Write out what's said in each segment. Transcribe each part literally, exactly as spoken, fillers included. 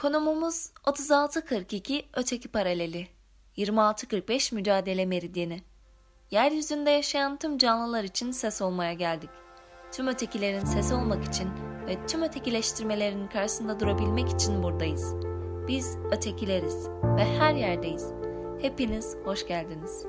Konumumuz otuz altı kırk iki öteki paraleli, yirmi altı kırk beş mücadele meridyeni. Yeryüzünde yaşayan tüm canlılar için ses olmaya geldik. Tüm ötekilerin sesi olmak için ve tüm ötekileştirmelerin karşısında durabilmek için buradayız. Biz ötekileriz ve her yerdeyiz. Hepiniz hoş geldiniz.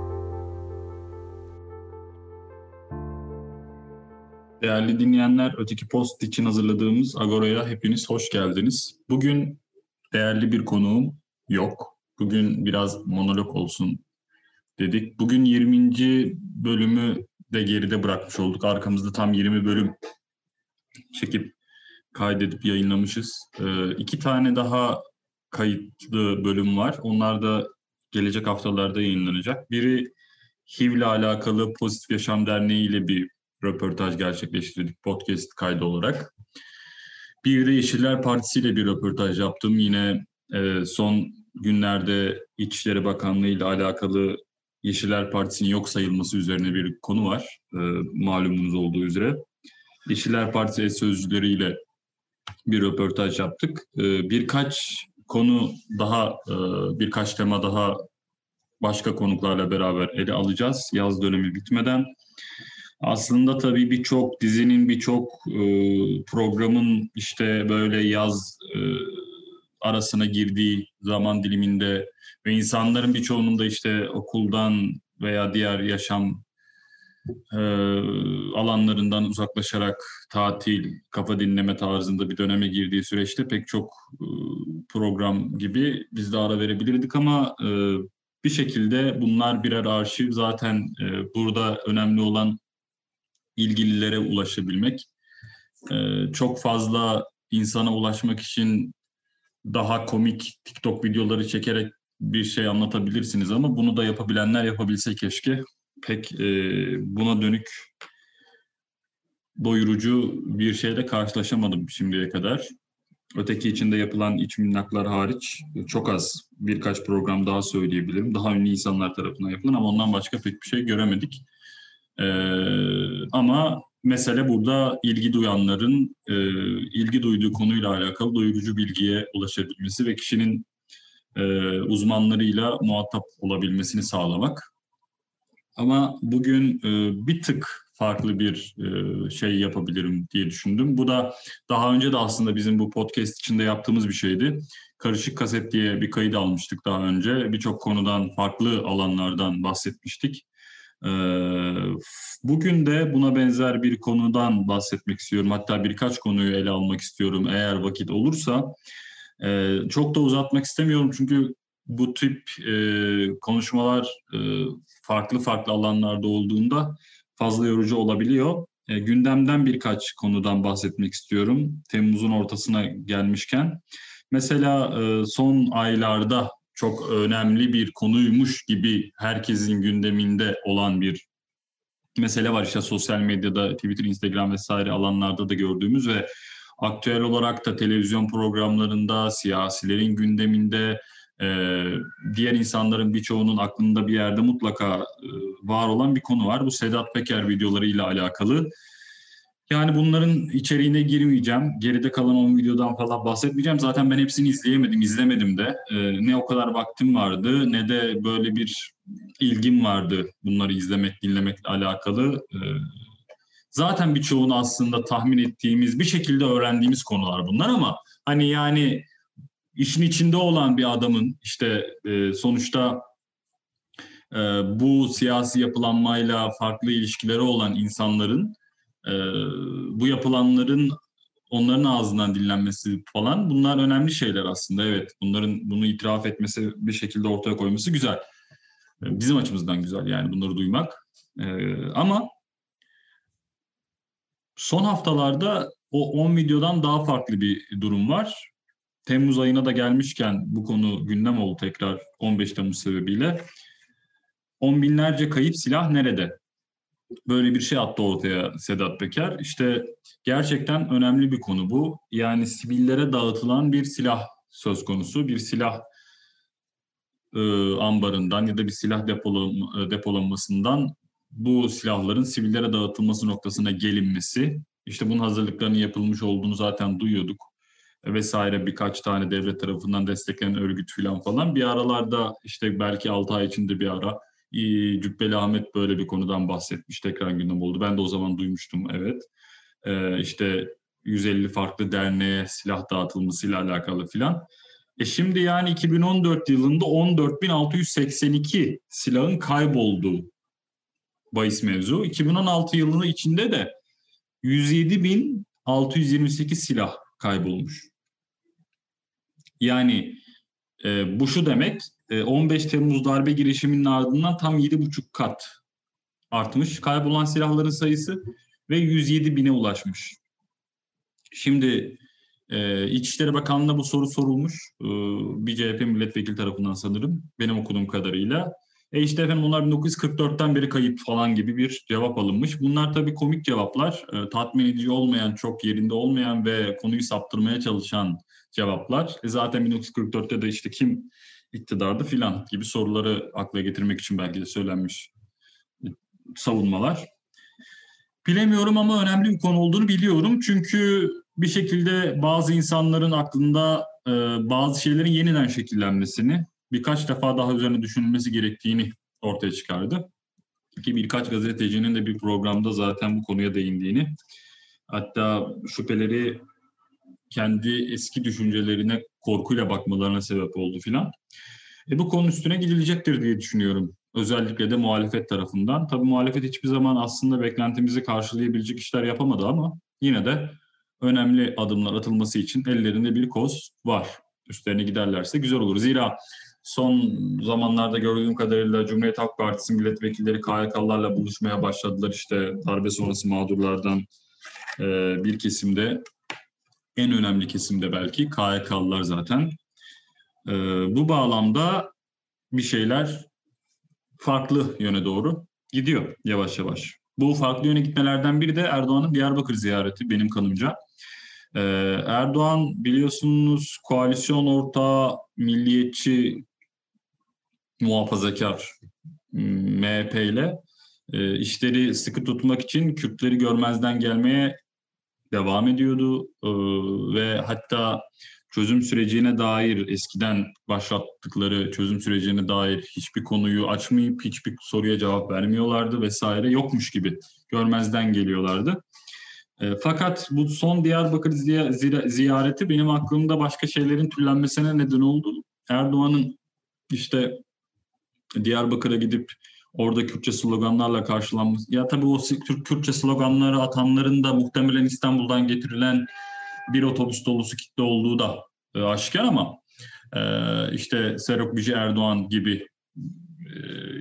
Değerli dinleyenler, Öteki Post için hazırladığımız Agora'ya hepiniz hoş geldiniz. Bugün değerli bir konuğum yok. Bugün biraz monolog olsun dedik. Bugün yirminci bölümü de geride bırakmış olduk. Arkamızda tam yirmi bölüm çekip kaydedip yayınlamışız. Ee, iki tane daha kayıtlı bölüm var. Onlar da gelecek haftalarda yayınlanacak. Biri H I V ile alakalı Pozitif Yaşam Derneği ile bir röportaj gerçekleştirdik podcast kaydı olarak. Bir de Yeşiller Partisi ile bir röportaj yaptım. Yine e, son günlerde İçişleri Bakanlığı ile alakalı Yeşiller Partisi'nin yok sayılması üzerine bir konu var. E, malumunuz olduğu üzere. Yeşiller Partisi eş sözcüleriyle bir röportaj yaptık. E, birkaç konu daha, e, birkaç tema daha başka konuklarla beraber ele alacağız yaz dönemi bitmeden. Aslında tabii birçok dizinin, birçok e, programın işte böyle yaz e, arasına girdiği zaman diliminde ve insanların birçoğunun da işte okuldan veya diğer yaşam e, alanlarından uzaklaşarak tatil, kafa dinleme tarzında bir döneme girdiği süreçte pek çok e, program gibi biz de ara verebilirdik ama e, bir şekilde bunlar birer arşiv. Zaten e, burada önemli olan ilgililere ulaşabilmek. Ee, çok fazla insana ulaşmak için daha komik TikTok videoları çekerek bir şey anlatabilirsiniz ama bunu da yapabilenler yapabilse keşke. Pek e, buna dönük doyurucu bir şeyle karşılaşamadım şimdiye kadar. Öteki içinde yapılan iç minnaklar hariç çok az birkaç program daha söyleyebilirim. Daha ünlü insanlar tarafından yapılan ama ondan başka pek bir şey göremedik. Ee, ama mesele burada ilgi duyanların e, ilgi duyduğu konuyla alakalı doyurucu bilgiye ulaşabilmesi ve kişinin e, uzmanlarıyla muhatap olabilmesini sağlamak. Ama bugün e, bir tık farklı bir e, şey yapabilirim diye düşündüm. Bu da daha önce de aslında bizim bu podcast içinde yaptığımız bir şeydi. Karışık Kaset diye bir kayıt almıştık daha önce. Birçok konudan, farklı alanlardan bahsetmiştik. Ee, bugün de buna benzer bir konudan bahsetmek istiyorum. Hatta birkaç konuyu ele almak istiyorum eğer vakit olursa. Ee, çok da uzatmak istemiyorum çünkü bu tip e, konuşmalar e, farklı farklı alanlarda olduğunda fazla yorucu olabiliyor. E, gündemden birkaç konudan bahsetmek istiyorum. Temmuz'un ortasına gelmişken. Mesela e, son aylarda çok önemli bir konuymuş gibi herkesin gündeminde olan bir mesele var. İşte sosyal medyada, Twitter, Instagram vesaire alanlarda da gördüğümüz ve aktüel olarak da televizyon programlarında, siyasilerin gündeminde, e, diğer insanların birçoğunun aklında bir yerde mutlaka e, var olan bir konu var. Bu Sedat Peker videolarıyla alakalı. Yani bunların içeriğine girmeyeceğim. Geride kalan on videodan falan bahsetmeyeceğim. Zaten ben hepsini izleyemedim, izlemedim de. Ee, ne o kadar vaktim vardı ne de böyle bir ilgim vardı bunları izlemek, dinlemekle alakalı. Ee, zaten birçoğunu aslında tahmin ettiğimiz, bir şekilde öğrendiğimiz konular bunlar ama hani yani işin içinde olan bir adamın işte e, sonuçta e, bu siyasi yapılanmayla farklı ilişkileri olan insanların Ee, bu yapılanların onların ağzından dinlenmesi falan bunlar önemli şeyler aslında. Evet, bunların bunu itiraf etmesi, bir şekilde ortaya koyması güzel. Ee, bizim açımızdan güzel yani bunları duymak. Ee, ama son haftalarda o on videodan daha farklı bir durum var. Temmuz ayına da gelmişken bu konu gündem oldu tekrar on beş Temmuz sebebiyle. On binlerce kayıp silah nerede? Böyle bir şey attı ortaya Sedat Peker. İşte gerçekten önemli bir konu bu. Yani sivillere dağıtılan bir silah söz konusu. Bir silah e, ambarından ya da bir silah depolam depolanmasından bu silahların sivillere dağıtılması noktasına gelinmesi. İşte bunun hazırlıklarının yapılmış olduğunu zaten duyuyorduk. vesaire birkaç tane devlet tarafından desteklenen örgüt falan falan. Bir aralarda işte belki altı ay içinde bir ara Cübbeli Ahmet böyle bir konudan bahsetmiş. Tekrar gündem oldu. Ben de o zaman duymuştum, evet. Ee, işte yüz elli farklı derneğe silah dağıtılmasıyla alakalı filan. E şimdi yani iki bin on dört yılında on dört bin altı yüz seksen iki silahın kaybolduğu bahis mevzu. iki bin on altı yılının içinde de yüz yedi bin altı yüz yirmi sekiz silah kaybolmuş. Yani e, bu şu demek, e, on beş Temmuz darbe girişiminin ardından tam yedi buçuk kat artmış kaybolan silahların sayısı ve yüz yedi bine ulaşmış. Şimdi e, İçişleri Bakanlığı'na bu soru sorulmuş. E, bir C H P milletvekili tarafından sanırım, benim okuduğum kadarıyla. E işte efendim bunlar bin dokuz yüz kırk dörtten beri kayıp falan gibi bir cevap alınmış. Bunlar tabii komik cevaplar. E, tatmin edici olmayan, çok yerinde olmayan ve konuyu saptırmaya çalışan cevaplar. E zaten bin dokuz yüz kırk dörtte de işte kim iktidardı filan gibi soruları akla getirmek için belki de söylenmiş savunmalar. Bilemiyorum ama önemli bir konu olduğunu biliyorum. Çünkü bir şekilde bazı insanların aklında e, bazı şeylerin yeniden şekillenmesini, birkaç defa daha üzerine düşünülmesi gerektiğini ortaya çıkardı. Ki birkaç gazetecinin de bir programda zaten bu konuya değindiğini, hatta şüpheleri kendi eski düşüncelerine korkuyla bakmalarına sebep oldu filan. E bu konu üstüne gidilecektir diye düşünüyorum. Özellikle de muhalefet tarafından. Tabii muhalefet hiçbir zaman aslında beklentimizi karşılayabilecek işler yapamadı ama yine de önemli adımlar atılması için ellerinde bir koz var. Üstlerine giderlerse güzel olur. Zira son zamanlarda gördüğüm kadarıyla Cumhuriyet Halk Partisi milletvekilleri K Y K'lılarla buluşmaya başladılar. İşte darbe sonrası mağdurlardan e, bir kesimde, en önemli kesimde belki K Y K'lılar zaten. E, bu bağlamda bir şeyler farklı yöne doğru gidiyor yavaş yavaş. Bu farklı yöne gitmelerden biri de Erdoğan'ın Diyarbakır ziyareti benim kanımca. Ee, Erdoğan biliyorsunuz koalisyon ortağı, milliyetçi, muhafazakar M H P ile e, işleri sıkı tutmak için Kürtleri görmezden gelmeye devam ediyordu. Ee, ve hatta çözüm sürecine dair, eskiden başlattıkları çözüm sürecine dair hiçbir konuyu açmayıp hiçbir soruya cevap vermiyorlardı vesaire, yokmuş gibi görmezden geliyorlardı. E, fakat bu son Diyarbakır ziy- ziyareti benim aklımda başka şeylerin türlenmesine neden oldu. Erdoğan'ın işte Diyarbakır'a gidip orada Kürtçe sloganlarla karşılanması. Ya tabii o Kürtçe sloganları atanların da muhtemelen İstanbul'dan getirilen bir otobüs dolusu kitle olduğu da e, aşikar ama e, işte Serok Bici Erdoğan gibi e,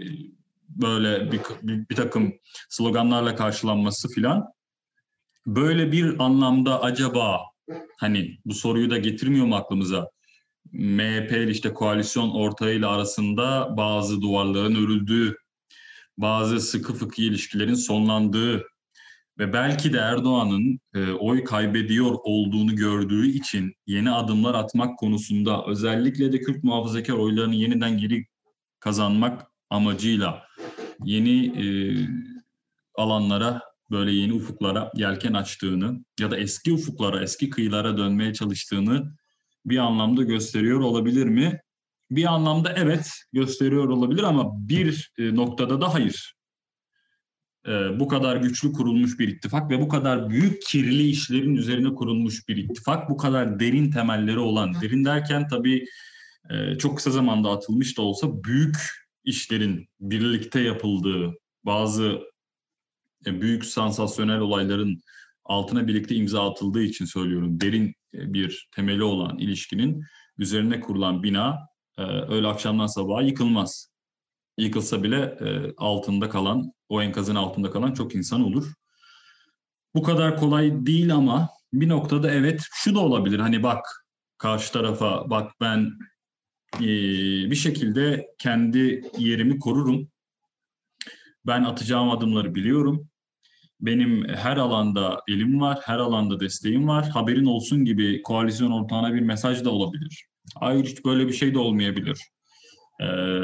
böyle bir, bir, bir takım sloganlarla karşılanması filan, böyle bir anlamda acaba hani bu soruyu da getirmiyor mu aklımıza? M H P işte koalisyon ortağıyla arasında bazı duvarların örüldüğü, bazı sıkı fıkı ilişkilerin sonlandığı ve belki de Erdoğan'ın e, oy kaybediyor olduğunu gördüğü için yeni adımlar atmak konusunda, özellikle de Kürt muhafazakar oylarını yeniden geri kazanmak amacıyla yeni e, alanlara, böyle yeni ufuklara yelken açtığını ya da eski ufuklara, eski kıyılara dönmeye çalıştığını bir anlamda gösteriyor olabilir mi? Bir anlamda evet gösteriyor olabilir ama bir e, noktada da hayır. E, bu kadar güçlü kurulmuş bir ittifak ve bu kadar büyük kirli işlerin üzerine kurulmuş bir ittifak, bu kadar derin temelleri olan, derin derken tabii e, çok kısa zamanda atılmış da olsa büyük işlerin birlikte yapıldığı, bazı e, büyük sansasyonel olayların altına birlikte imza atıldığı için söylüyorum. Derin bir temeli olan ilişkinin üzerine kurulan bina e, öyle akşamdan sabaha yıkılmaz. Yıkılsa bile e, altında kalan, o enkazın altında kalan çok insan olur. Bu kadar kolay değil ama bir noktada evet şu da olabilir. Hani bak karşı tarafa, bak ben e, bir şekilde kendi yerimi korurum. Ben atacağım adımları biliyorum. Benim her alanda elim var, her alanda desteğim var. Haberin olsun gibi koalisyon ortağına bir mesaj da olabilir. Hayır, hiç böyle bir şey de olmayabilir. Ee,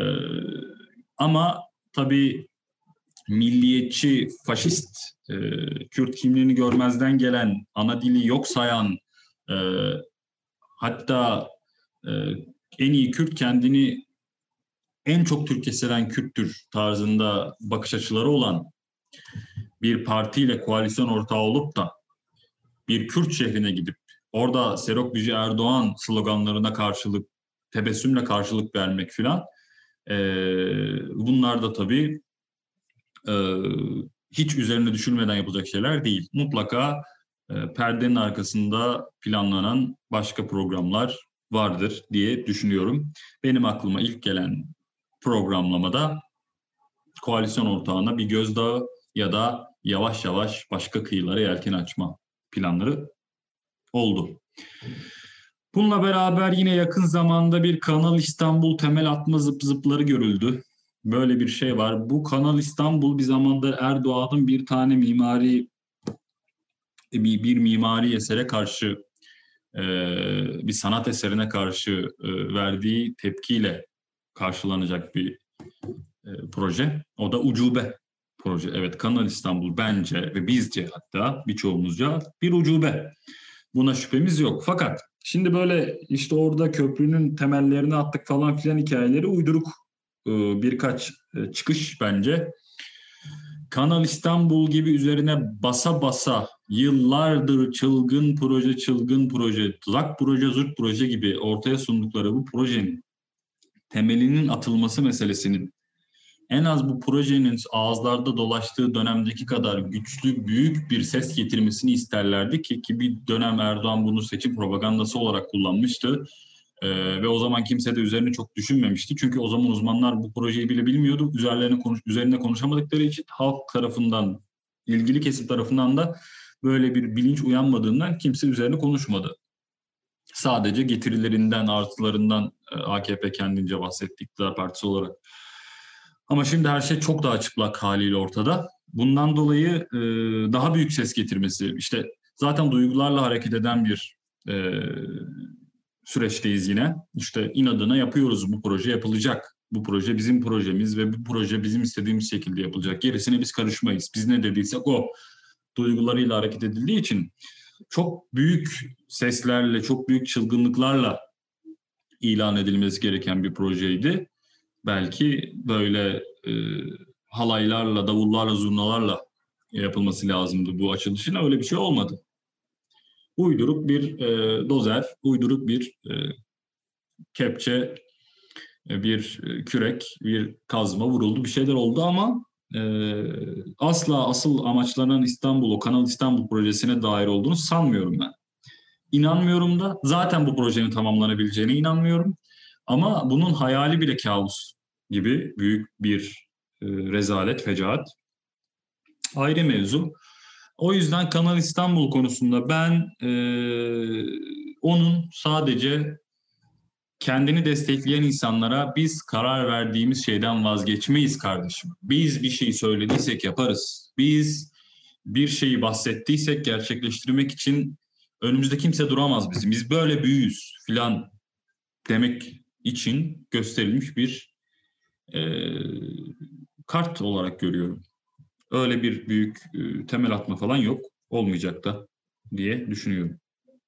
ama tabii milliyetçi, faşist, e, Kürt kimliğini görmezden gelen, ana dili yok sayan, e, hatta e, en iyi Kürt kendini en çok Türk hisseden Kürttür tarzında bakış açıları olan bir partiyle koalisyon ortağı olup da bir Kürt şehrine gidip orada Serok Bücü Erdoğan sloganlarına karşılık, tebessümle karşılık vermek filan, e, bunlar da tabii e, hiç üzerine düşünmeden yapılacak şeyler değil. Mutlaka e, perdenin arkasında planlanan başka programlar vardır diye düşünüyorum. Benim aklıma ilk gelen programlamada koalisyon ortağına bir gözdağı ya da yavaş yavaş başka kıyılara yelken açma planları oldu. Bununla beraber yine yakın zamanda bir Kanal İstanbul temel atma zıp zıpları görüldü. Böyle bir şey var. Bu Kanal İstanbul bir zamanda Erdoğan'ın bir tane mimari bir, bir mimari esere karşı e, bir sanat eserine karşı e, verdiği tepkiyle karşılanacak bir e, proje. O da ucube proje. Evet, Kanal İstanbul bence ve bizce, hatta birçoğumuzca bir ucube. Buna şüphemiz yok. Fakat şimdi böyle işte orada köprünün temellerini attık falan filan hikayeleri uyduruk e, birkaç e, çıkış bence. Kanal İstanbul gibi üzerine basa basa yıllardır çılgın proje, çılgın proje, zak proje, zırt proje gibi ortaya sundukları bu projenin temelinin atılması meselesinin en az bu projenin ağızlarda dolaştığı dönemdeki kadar güçlü, büyük bir ses getirmesini isterlerdi ki, ki bir dönem Erdoğan bunu seçim propagandası olarak kullanmıştı. Ee, ve o zaman kimse de üzerine çok düşünmemişti. Çünkü o zaman uzmanlar bu projeyi bile bilmiyordu. Üzerlerine konuş, üzerine konuşamadıkları için halk tarafından, ilgili kesim tarafından da böyle bir bilinç uyanmadığından kimse üzerine konuşmadı. Sadece getirilerinden, artılarından A K P kendince bahsetti iktidar partisi olarak. Ama şimdi her şey çok daha çıplak haliyle ortada. Bundan dolayı e, daha büyük ses getirmesi, işte zaten duygularla hareket eden bir e, süreçteyiz yine. İşte inadına yapıyoruz, bu proje yapılacak. Bu proje bizim projemiz ve bu proje bizim istediğimiz şekilde yapılacak. Gerisine biz karışmayız. Biz ne dediysek o, duygularıyla hareket edildiği için çok büyük seslerle, çok büyük çılgınlıklarla ilan edilmesi gereken bir projeydi. Belki böyle e, halaylarla, davullarla, zurnalarla yapılması lazımdı bu açılışın. Öyle bir şey olmadı. Uyduruk bir e, dozer, uyduruk bir e, kepçe, e, bir kürek, bir kazma vuruldu. Bir şeyler oldu ama e, asla asıl amaçlanan İstanbul, o Kanal İstanbul projesine dair olduğunu sanmıyorum ben. İnanmıyorum da. Zaten bu projenin tamamlanabileceğine inanmıyorum. Ama bunun hayali bile kabus gibi büyük bir e, rezalet, fecaat. Ayrı mevzu. O yüzden Kanal İstanbul konusunda ben e, onun sadece kendini destekleyen insanlara biz karar verdiğimiz şeyden vazgeçmeyiz kardeşim. Biz bir şey söylediysek yaparız. Biz bir şeyi bahsettiysek gerçekleştirmek için önümüzde kimse duramaz bizim. Biz böyle büyüyüz filan demek için gösterilmiş bir e, kart olarak görüyorum. Öyle bir büyük e, temel atma falan yok. Olmayacak da diye düşünüyorum.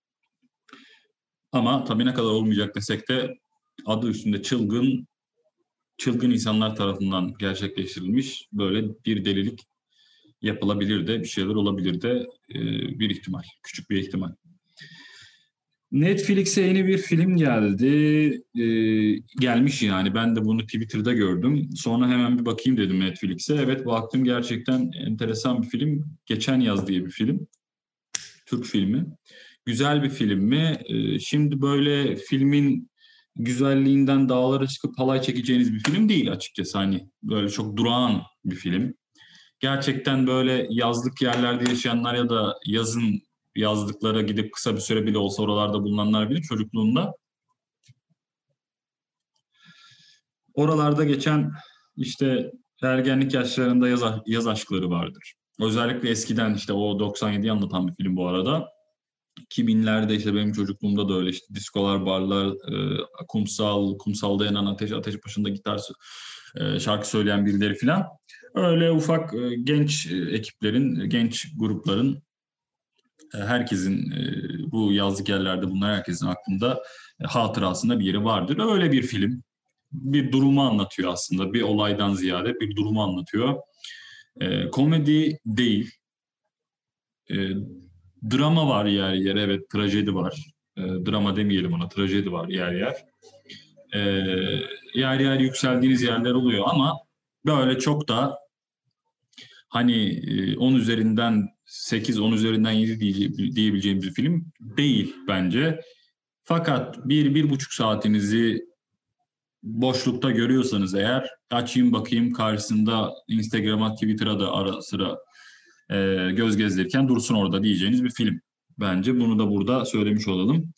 Ama tabii ne kadar olmayacak desek de adı üstünde çılgın, çılgın insanlar tarafından gerçekleştirilmiş böyle bir delilik yapılabilir de, bir şeyler olabilir de e, bir ihtimal, küçük bir ihtimal. Netflix'e yeni bir film geldi. Ee, gelmiş yani. Ben de bunu Twitter'da gördüm. Sonra hemen bir bakayım dedim Netflix'e. Evet, baktım, gerçekten enteresan bir film. Geçen Yaz diye bir film. Türk filmi. Güzel bir film mi? Ee, şimdi böyle filmin güzelliğinden dağlara çıkıp halay çekeceğiniz bir film değil açıkçası. Hani böyle çok durağan bir film. Gerçekten böyle yazlık yerlerde yaşayanlar ya da yazın yazlıklara gidip kısa bir süre bile olsa oralarda bulunanlar bilir, çocukluğunda oralarda geçen işte ergenlik yaşlarında yaz, yaz aşkları vardır. Özellikle eskiden, işte o doksan yediyi anlatan bir film bu arada. iki binlerde işte benim çocukluğumda da öyle, işte diskolar, barlar, e, kumsal, kumsalda yanan ateş, ateş başında gitar e, şarkı söyleyen birileri falan. Öyle ufak e, genç e, ekiplerin, genç grupların herkesin bu yazlık yerlerde bulunan herkesin aklında hatırasında bir yeri vardır. Öyle bir film. Bir durumu anlatıyor aslında. Bir olaydan ziyade bir durumu anlatıyor. E, komedi değil. E, drama var yer yer. Evet, trajedi var. E, drama demeyelim ona. Trajedi var yer yer. E, yer yer yükseldiğiniz yerler oluyor ama böyle çok da hani on üzerinden sekiz, on üzerinden yedi diyebileceğimiz bir film değil bence. Fakat bir, bir buçuk saatinizi boşlukta görüyorsanız eğer, açayım bakayım karşısında Instagram'a, Twitter'a da ara sıra e, göz gezdirirken dursun orada diyeceğiniz bir film. Bence bunu da burada söylemiş olalım.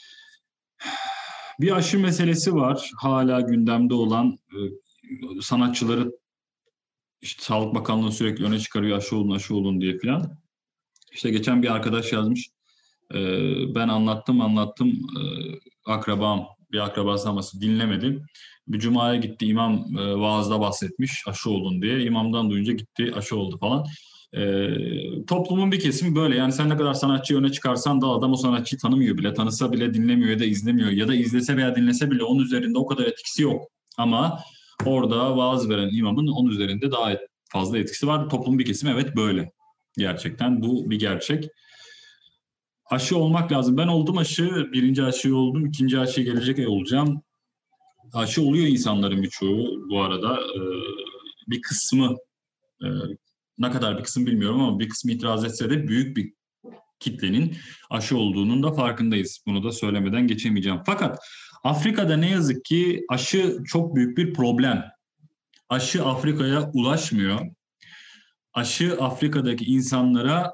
Bir aşı meselesi var. Hala gündemde olan e, sanatçıları işte Sağlık Bakanlığı sürekli öne çıkarıyor, aşı olun, aşı olun diye filan. İşte geçen bir arkadaş yazmış. E, ben anlattım anlattım e, akrabam, bir akrabası ama dinlemedi. Bir cumaya gitti, imam e, vaazda bahsetmiş aşı olun diye. İmamdan duyunca gitti, aşı oldu falan. E, toplumun bir kesimi böyle. Yani sen ne kadar sanatçıyı öne çıkarsan da adam o sanatçıyı tanımıyor bile. Tanısa bile dinlemiyor ya da izlemiyor. Ya da izlese veya dinlese bile onun üzerinde o kadar etkisi yok. Ama orada vaaz veren imamın onun üzerinde daha fazla etkisi var. Toplumun bir kesimi evet böyle. Gerçekten bu bir gerçek. Aşı olmak lazım. Ben oldum aşı. Birinci aşı oldum. İkinci aşı gelecek ay olacağım. Aşı oluyor insanların birçoğu bu arada. Ee, bir kısmı e, ne kadar bir kısım bilmiyorum ama bir kısmı itiraz etse de büyük bir kitlenin aşı olduğunun da farkındayız. Bunu da söylemeden geçemeyeceğim. Fakat Afrika'da ne yazık ki aşı çok büyük bir problem. Aşı Afrika'ya ulaşmıyor. Aşı Afrika'daki insanlara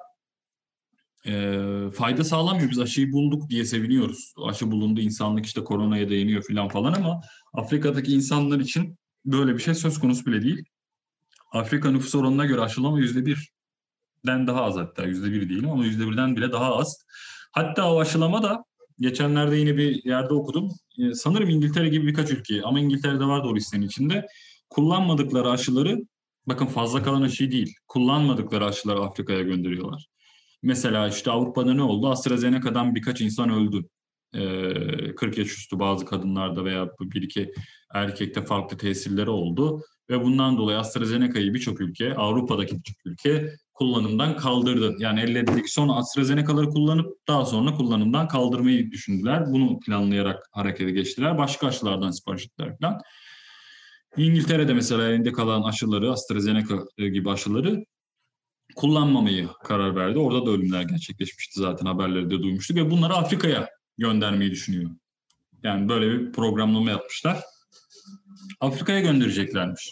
e, fayda sağlamıyor. Biz aşıyı bulduk diye seviniyoruz. Aşı bulundu, insanlık işte koronaya değiniyor falan falan ama Afrika'daki insanlar için böyle bir şey söz konusu bile değil. Afrika nüfus oranına göre aşılama yüzde birden daha az, hatta yüzde bir değil ama yüzde birden bile daha az. Hatta o aşılama da geçenlerde yine bir yerde okudum. Ee, sanırım İngiltere gibi birkaç ülke ama İngiltere'de vardı o listenin içinde. Kullanmadıkları aşıları, bakın fazla kalan aşıyı değil, kullanmadıkları aşıları Afrika'ya gönderiyorlar. Mesela işte Avrupa'da ne oldu? AstraZeneca'dan birkaç insan öldü. Ee, kırk yaş üstü bazı kadınlarda veya bir iki erkekte farklı tesirleri oldu. Ve bundan dolayı AstraZeneca'yı birçok ülke, Avrupa'daki birçok ülke kullanımdan kaldırdı. Yani ellerindeki son AstraZeneca'ları kullanıp daha sonra kullanımdan kaldırmayı düşündüler. Bunu planlayarak harekete geçtiler. Başka aşılardan sipariş ettiler falan. İngiltere'de mesela elinde kalan aşıları, AstraZeneca gibi aşıları kullanmamayı karar verdi. Orada da ölümler gerçekleşmişti, zaten haberleri de duymuştuk ve bunları Afrika'ya göndermeyi düşünüyor. Yani böyle bir programlama yapmışlar. Afrika'ya göndereceklermiş.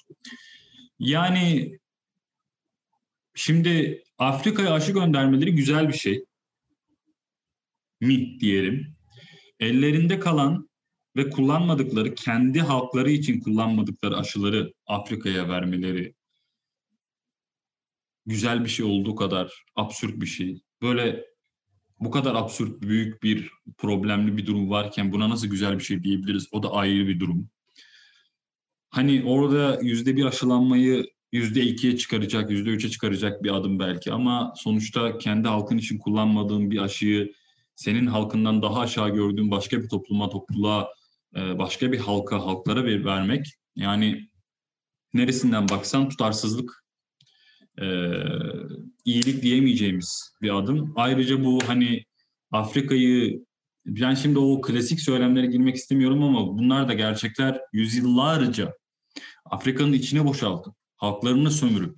Yani şimdi Afrika'ya aşı göndermeleri güzel bir şey mi diyelim. Ellerinde kalan ve kullanmadıkları, kendi halkları için kullanmadıkları aşıları Afrika'ya vermeleri güzel bir şey olduğu kadar absürt bir şey. Böyle bu kadar absürt, büyük bir, problemli bir durum varken buna nasıl güzel bir şey diyebiliriz? O da ayrı bir durum. Hani orada yüzde bir aşılanmayı yüzde ikiye çıkaracak, yüzde üçe çıkaracak bir adım belki ama sonuçta kendi halkın için kullanmadığın bir aşıyı senin halkından daha aşağı gördüğün başka bir topluma, topluluğa, başka bir halka, halklara bir vermek, yani neresinden baksan tutarsızlık, iyilik diyemeyeceğimiz bir adım. Ayrıca bu hani Afrika'yı, ben şimdi o klasik söylemlere girmek istemiyorum ama bunlar da gerçekler. Yüzyıllarca Afrika'nın içine boşaltıp, halklarını sömürüp,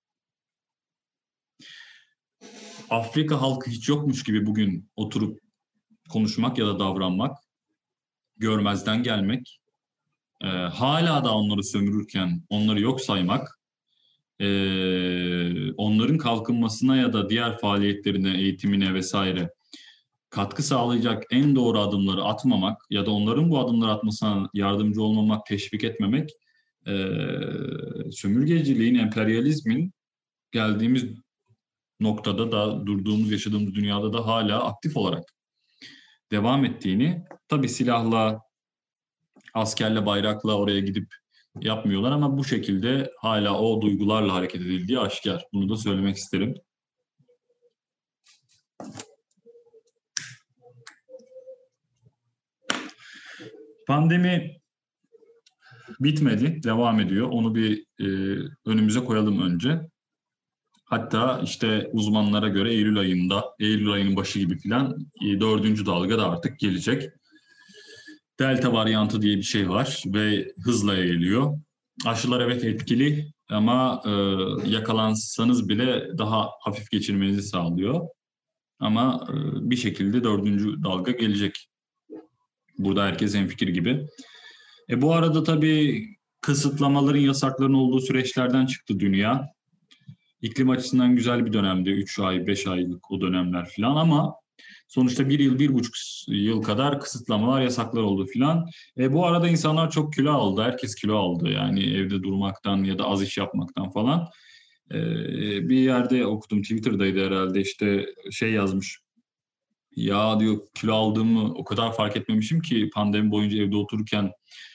Afrika halkı hiç yokmuş gibi bugün oturup konuşmak ya da davranmak, görmezden gelmek, e, hala da onları sömürürken onları yok saymak, e, onların kalkınmasına ya da diğer faaliyetlerine, eğitimine vesaire katkı sağlayacak en doğru adımları atmamak ya da onların bu adımları atmasına yardımcı olmamak, teşvik etmemek, e, sömürgeciliğin, emperyalizmin geldiğimiz noktada da, durduğumuz, yaşadığımız dünyada da hala aktif olarak devam ettiğini, tabii silahla, askerle, bayrakla oraya gidip yapmıyorlar ama bu şekilde hala o duygularla hareket edildiği aşikar. Bunu da söylemek isterim. Pandemi bitmedi, devam ediyor. Onu bir e, önümüze koyalım önce. Hatta işte uzmanlara göre Eylül ayında, Eylül ayının başı gibi filan e, dördüncü dalga da artık gelecek. Delta varyantı diye bir şey var ve hızla yayılıyor. Aşılar evet etkili ama e, yakalansanız bile daha hafif geçirmenizi sağlıyor. Ama e, bir şekilde dördüncü dalga gelecek. Burada herkes hemfikir gibi. E bu arada tabii kısıtlamaların, yasakların olduğu süreçlerden çıktı dünya. İklim açısından güzel bir dönemdi. üç ay, beş aylık o dönemler falan ama sonuçta bir yıl, bir buçuk yıl kadar kısıtlamalar, yasaklar oldu falan. E bu arada insanlar çok kilo aldı. Herkes kilo aldı. Yani evde durmaktan ya da az iş yapmaktan falan. E, bir yerde okudum, Twitter'daydı herhalde, işte şey yazmış. Ya diyor, kilo aldığımı o kadar fark etmemişim ki pandemi boyunca evde otururken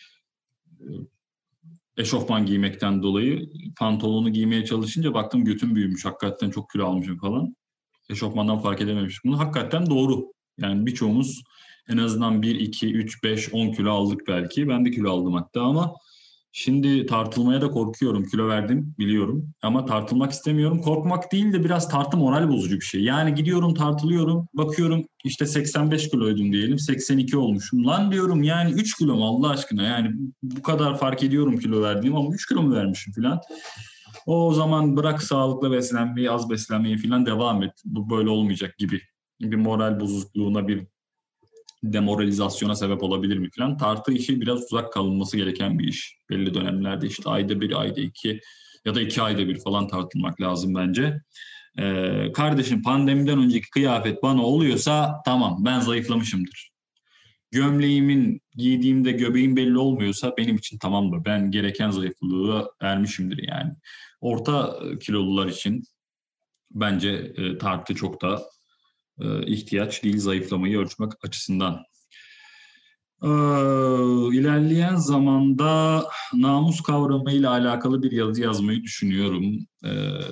eşofman giymekten dolayı pantolonu giymeye çalışınca baktım götüm büyümüş. Hakikaten çok kilo almışım falan. Eşofmandan fark edememişim bunu. Hakikaten doğru. Yani birçoğumuz en azından bir, iki, üç, beş, on kilo aldık belki. Ben de kilo aldım hatta ama şimdi tartılmaya da korkuyorum. Kilo verdim biliyorum ama tartılmak istemiyorum. Korkmak değil de biraz tartı moral bozucu bir şey. Yani gidiyorum tartılıyorum. Bakıyorum işte seksen beş kiloydum diyelim. seksen iki olmuşum. Lan diyorum, yani üç kilo mu Allah aşkına? Yani bu kadar fark ediyorum kilo verdiğim ama üç kilo mu vermişim falan. O zaman bırak sağlıklı beslenmeyi, az beslenmeyi falan, devam et. Bu böyle olmayacak gibi. Bir moral bozukluğuna, bir demoralizasyona sebep olabilir mi falan. Tartı işi biraz uzak kalınması gereken bir iş. Belli dönemlerde işte ayda bir, ayda iki ya da iki ayda bir falan tartılmak lazım bence. Ee, kardeşim, pandemiden önceki kıyafet bana oluyorsa tamam, ben zayıflamışımdır. Gömleğimin giydiğimde göbeğim belli olmuyorsa benim için tamamdır. Ben gereken zayıflığa ermişimdir yani. Orta kilolular için bence e, tartı çok da e, ihtiyaç değil, zayıflamayı ölçmek açısından. Ee, ilerleyen zamanda namus kavramıyla alakalı bir yazı yazmayı düşünüyorum. Ee,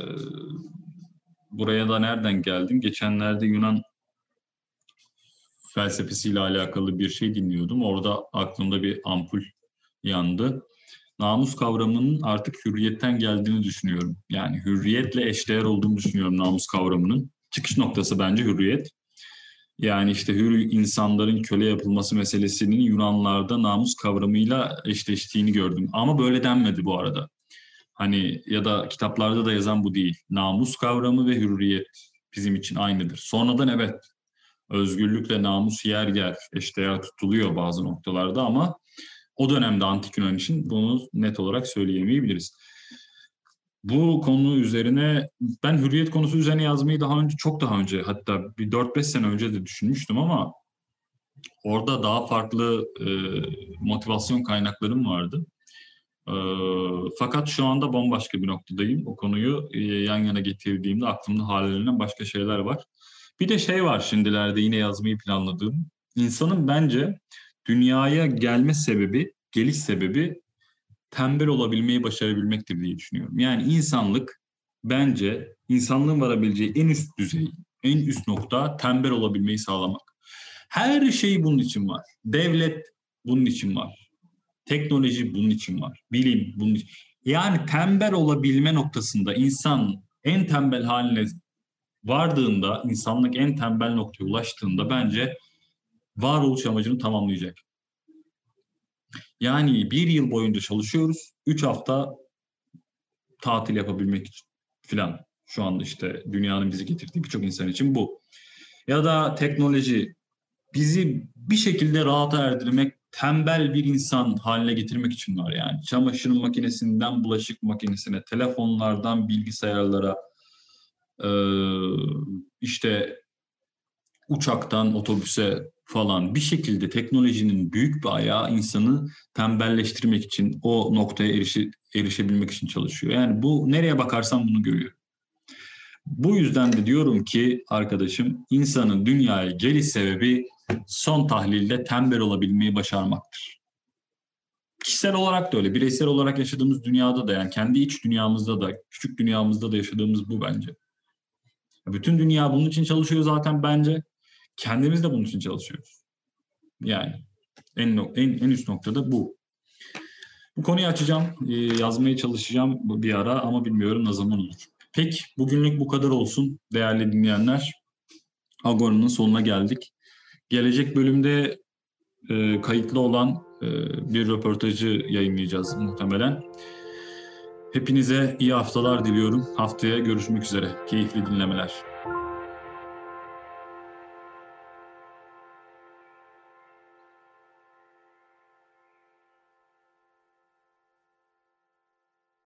buraya da nereden geldim? Geçenlerde Yunan felsefesiyle alakalı bir şey dinliyordum. Orada aklımda bir ampul yandı. Namus kavramının artık hürriyetten geldiğini düşünüyorum. Yani hürriyetle eşdeğer olduğunu düşünüyorum namus kavramının. Çıkış noktası bence hürriyet. Yani işte hür insanların köle yapılması meselesinin Yunanlarda namus kavramıyla eşleştiğini gördüm. Ama böyle denmedi bu arada. Hani ya da kitaplarda da yazan bu değil. Namus kavramı ve hürriyet bizim için aynıdır. Sonradan evet, özgürlükle namus yer yer eşdeğer tutuluyor bazı noktalarda ama o dönemde Antik Yunan için bunu net olarak söyleyemeyebiliriz. Bu konu üzerine ben hürriyet konusu üzerine yazmayı daha önce, çok daha önce, hatta bir dört beş sene önce de düşünmüştüm ama orada daha farklı e, motivasyon kaynaklarım vardı. E, fakat şu anda bambaşka bir noktadayım. O konuyu e, yan yana getirdiğimde aklımda hallenen başka şeyler var. Bir de şey var şimdilerde yine yazmayı planladığım. İnsanın bence dünyaya gelme sebebi, geliş sebebi tembel olabilmeyi başarabilmektir diye düşünüyorum. Yani insanlık, bence insanlığın varabileceği en üst düzey, en üst nokta tembel olabilmeyi sağlamak. Her şey bunun için var. Devlet bunun için var. Teknoloji bunun için var. Bilim bunun için. Yani tembel olabilme noktasında insan en tembel haline vardığında, insanlık en tembel noktaya ulaştığında bence varoluş amacını tamamlayacak. Yani bir yıl boyunca çalışıyoruz. Üç hafta tatil yapabilmek için filan. Şu anda işte dünyanın bizi getirdiği birçok insan için bu. Ya da teknoloji bizi bir şekilde rahata erdirmek, tembel bir insan haline getirmek için var yani. Çamaşır makinesinden bulaşık makinesine, telefonlardan bilgisayarlara, işte uçaktan otobüse falan, bir şekilde teknolojinin büyük bir ayağı insanı tembelleştirmek için, o noktaya erişi, erişebilmek için çalışıyor. Yani bu, nereye bakarsam bunu görüyorum. Bu yüzden de diyorum ki arkadaşım, insanın dünyaya geliş sebebi son tahlilde tembel olabilmeyi başarmaktır. Kişisel olarak da öyle, bireysel olarak yaşadığımız dünyada da, yani kendi iç dünyamızda da, küçük dünyamızda da yaşadığımız bu bence. Bütün dünya bunun için çalışıyor zaten bence. Kendimiz de bunun için çalışıyoruz. Yani En, en, en üst noktada bu. Bu konuyu açacağım, e, yazmaya çalışacağım bir ara ama bilmiyorum ne zaman olur. Peki, bugünlük bu kadar olsun değerli dinleyenler. Agora'nın sonuna geldik. Gelecek bölümde e, kayıtlı olan e, bir röportajı yayınlayacağız muhtemelen. Hepinize iyi haftalar diliyorum. Haftaya görüşmek üzere. Keyifli dinlemeler.